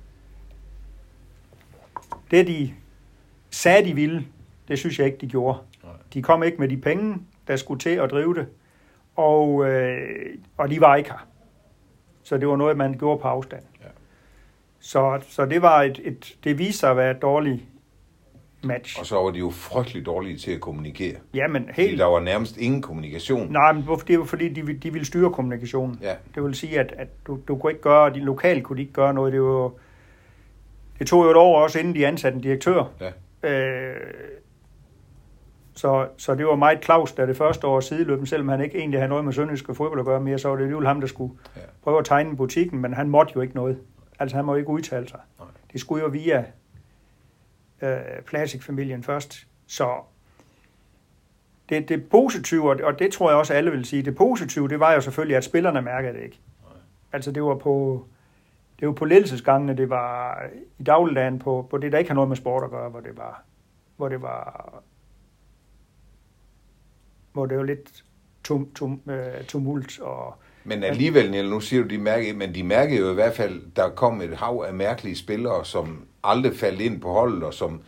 det, de sagde, de ville, det synes jeg ikke, de gjorde. Nej. De kom ikke med de penge, der skulle til at drive det. Og de var ikke her. Så det var noget, man gjorde på afstand. Ja. Så det var det viste sig at være et dårligt match. Og så var de jo frygtelig dårlige til at kommunikere. Jamen helt. Fordi der var nærmest ingen kommunikation. Nej, men det var fordi, de ville styre kommunikationen. Ja. Det vil sige, at du kunne ikke gøre, de lokalt kunne de ikke gøre noget. Det tog jo et år også, inden de ansatte en direktør. Ja. Så det var meget Claus, der det første år sideløbende, selvom han ikke egentlig havde noget med sønderjyske fodbold at gøre mere, så var det alligevel ham, der skulle prøve at tegne butikken, men han måtte jo ikke noget. Altså han må ikke udtale sig. Nej. Det skulle jo via Plasik-familien først. Så det positive, og det tror jeg også alle vil sige, det positive, det var jo selvfølgelig, at spillerne mærkede det ikke. Nej. Altså det var på ledelsesgangene, det var i dagligdagen på det, der ikke har noget med sport at gøre, hvor det var lidt tumult. Men alligevel, nu siger du, de mærkede jo i hvert fald, der kom et hav af mærkelige spillere, som aldrig faldt ind på holdet, og som,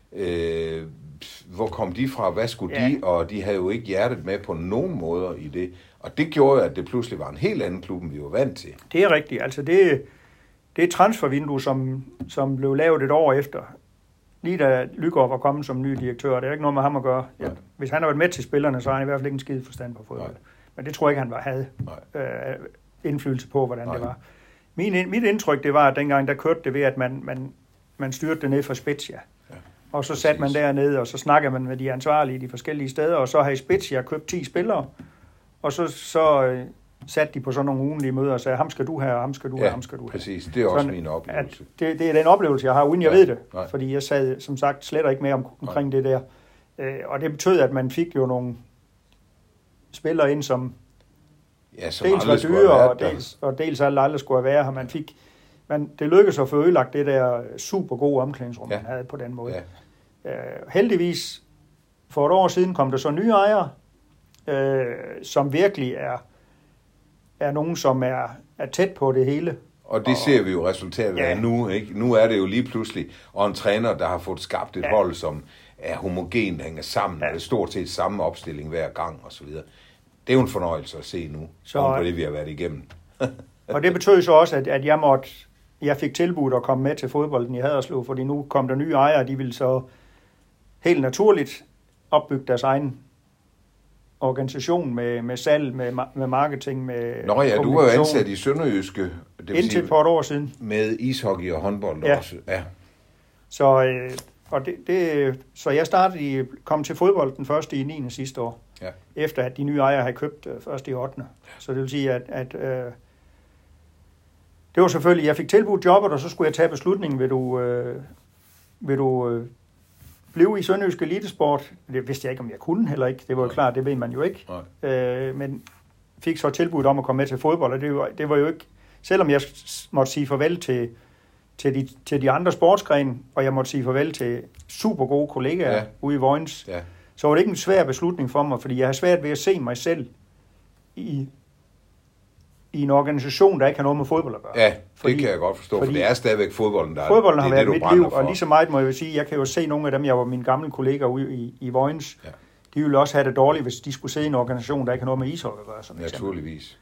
hvor kom de fra, hvad skulle de, og de havde jo ikke hjertet med på nogen måder i det. Og det gjorde, at det pludselig var en helt anden klub, end vi var vant til. Det er rigtigt. Altså det er et transfervindue, som blev lavet et år efter. Lige da Lygaard var kommet som ny direktør, det er ikke noget med ham at gøre. Ja. Hvis han har været med til spillerne, så har han i hvert fald ikke en skide forstand på fodbold. Men det tror jeg ikke, han havde indflydelse på, hvordan det var. Mit indtryk, det var, at dengang der kørte det ved, at man styrte det ned fra Spezia. Ja, og så satte man dernede, og så snakkede man med de ansvarlige de forskellige steder, og så havde Spezia købt 10 spillere, og så satte de på sådan nogle ugenlige møder og sagde, ham skal du have, og ham skal du have, ham skal du have. Præcis, det er også sådan, min oplevelse. Det er den oplevelse, jeg har, uden jeg ved det. Nej. Fordi jeg sad, som sagt, slet ikke med omkring det der. Og det betød, at man fik jo nogle spillere ind, som dels var dyre, og dels aldrig skulle være her. Det lykkedes at få ødelagt det der super gode omklædningsrum, man havde på den måde. Ja. Heldigvis, for et år siden kom der så nye ejere, som virkelig er nogen, som er tæt på det hele. Og det ser vi jo resultatet af nu, ikke? Nu er det jo lige pludselig, og en træner, der har fået skabt et hold, som er homogen, hænger sammen, og det er stort set samme opstilling hver gang, og så videre. Det er jo en fornøjelse at se nu, på det, vi har været igennem. Og det betød så også, at jeg fik tilbudt at komme med til fodbolden i Haderslev, fordi nu kom der nye ejere, de ville så helt naturligt opbygge deres egen organisation med salg, med marketing, med Nå ja, du var jo ansat i Sønderjyske. Indtil for et år siden. Med ishockey og håndbold også. Ja. Så jeg kom til fodbolden først i 9. sidste år. Ja. Efter at de nye ejere havde købt først i 8. Så det vil sige, at det var selvfølgelig, jeg fik tilbudt jobbet, og så skulle jeg tage beslutningen, vil du blive i Sønderjyske Elitesport? Det vidste jeg ikke, om jeg kunne heller ikke. Det var jo klart, det ved man jo ikke. Men fik så tilbudt om at komme med til fodbold, og det var jo ikke, selvom jeg måtte sige farvel til de andre sportsgrene, og jeg måtte sige farvel til super gode kollegaer ude i Vojens, så var det ikke en svær beslutning for mig, fordi jeg har svært ved at se mig selv i en organisation, der ikke har noget med fodbold at gøre. Ja, det kan jeg godt forstå, for det er stadigvæk fodbolden, der fodbolden har været mit liv, og lige så meget må jeg sige, jeg kan jo se nogle af dem, jeg var mine gamle kollegaer ude i Vojens, de ville også have det dårligt, hvis de skulle se en organisation, der ikke har noget med ishockey at gøre. Som naturligvis.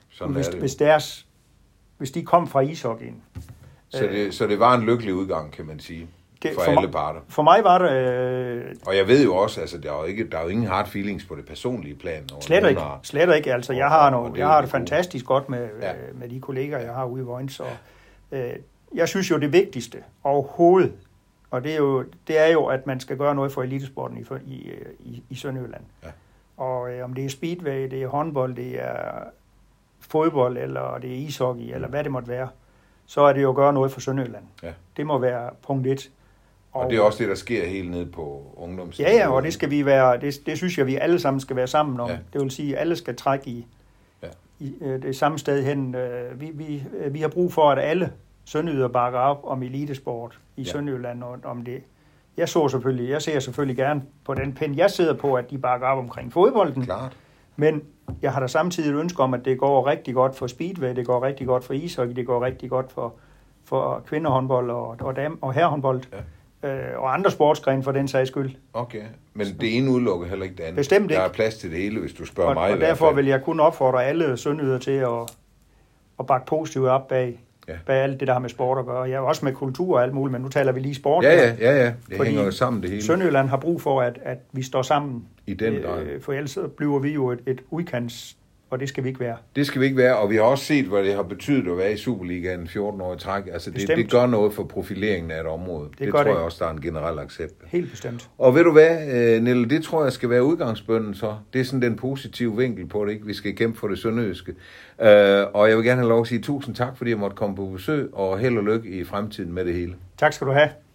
Hvis de kom fra ishockeyen. Så det var en lykkelig udgang, kan man sige, for alle parter. For mig var det... Og jeg ved jo også, altså der er jo ingen hard feelings på det personlige plan. Slet ikke. Altså, jeg har det fantastisk godt med de kollegaer, jeg har ude i Vojens. Og jeg synes jo, det vigtigste overhovedet, og det er jo, at man skal gøre noget for elitesporten i Sønderjylland. Ja. Og om det er speedway, det er håndbold, det er fodbold, eller det er ishockey, eller hvad det måtte være, så er det jo at gøre noget for Sønderjylland. Ja. Det må være punkt 1. Og det er også det, der sker helt ned på ungdomsniveau. Ja, og det skal vi være, det synes jeg, vi alle sammen skal være sammen om. Ja. Det vil sige, at alle skal trække i det samme sted hen. Vi har brug for, at alle sønderjyder bakker op om elitesport i Sønderjylland, og om det. Jeg ser selvfølgelig gerne på den pind, jeg sidder på, at de bakker op omkring fodbolden. Klart. Men jeg har da samtidig et ønske om, at det går rigtig godt for speedway, det går rigtig godt for ishockey, det går rigtig godt for kvindehåndbold og herrehåndbold. Ja. Og andre sportsgrene for den sags skyld. Okay, men det ene udelukker heller ikke det andet. Bestemt ikke. Der er plads til det hele, hvis du spørger mig. Og derfor vil jeg kun opfordre alle sønderjyder til at bakke positivt op bag alt det, der har med sport at gøre. Jeg er også med kultur og alt muligt, men nu taler vi lige sport. Ja. Det hænger jo sammen det hele. Sønderjylland har brug for, at vi står sammen. I den grad. For ellers bliver vi jo et udkants, og det skal vi ikke være. Det skal vi ikke være, og vi har også set, hvad det har betydet at være i Superligaen 14 år i træk. Altså det gør noget for profileringen af et område. Det tror jeg også, der er en generel accept. Helt bestemt. Og ved du hvad, Nelle, det tror jeg skal være udgangsbønnen så. Det er sådan den positive vinkel på det, ikke? Vi skal kæmpe for det sønderjyske. Og jeg vil gerne have lov at sige tusind tak, fordi jeg måtte komme på besøg, og held og lykke i fremtiden med det hele. Tak skal du have.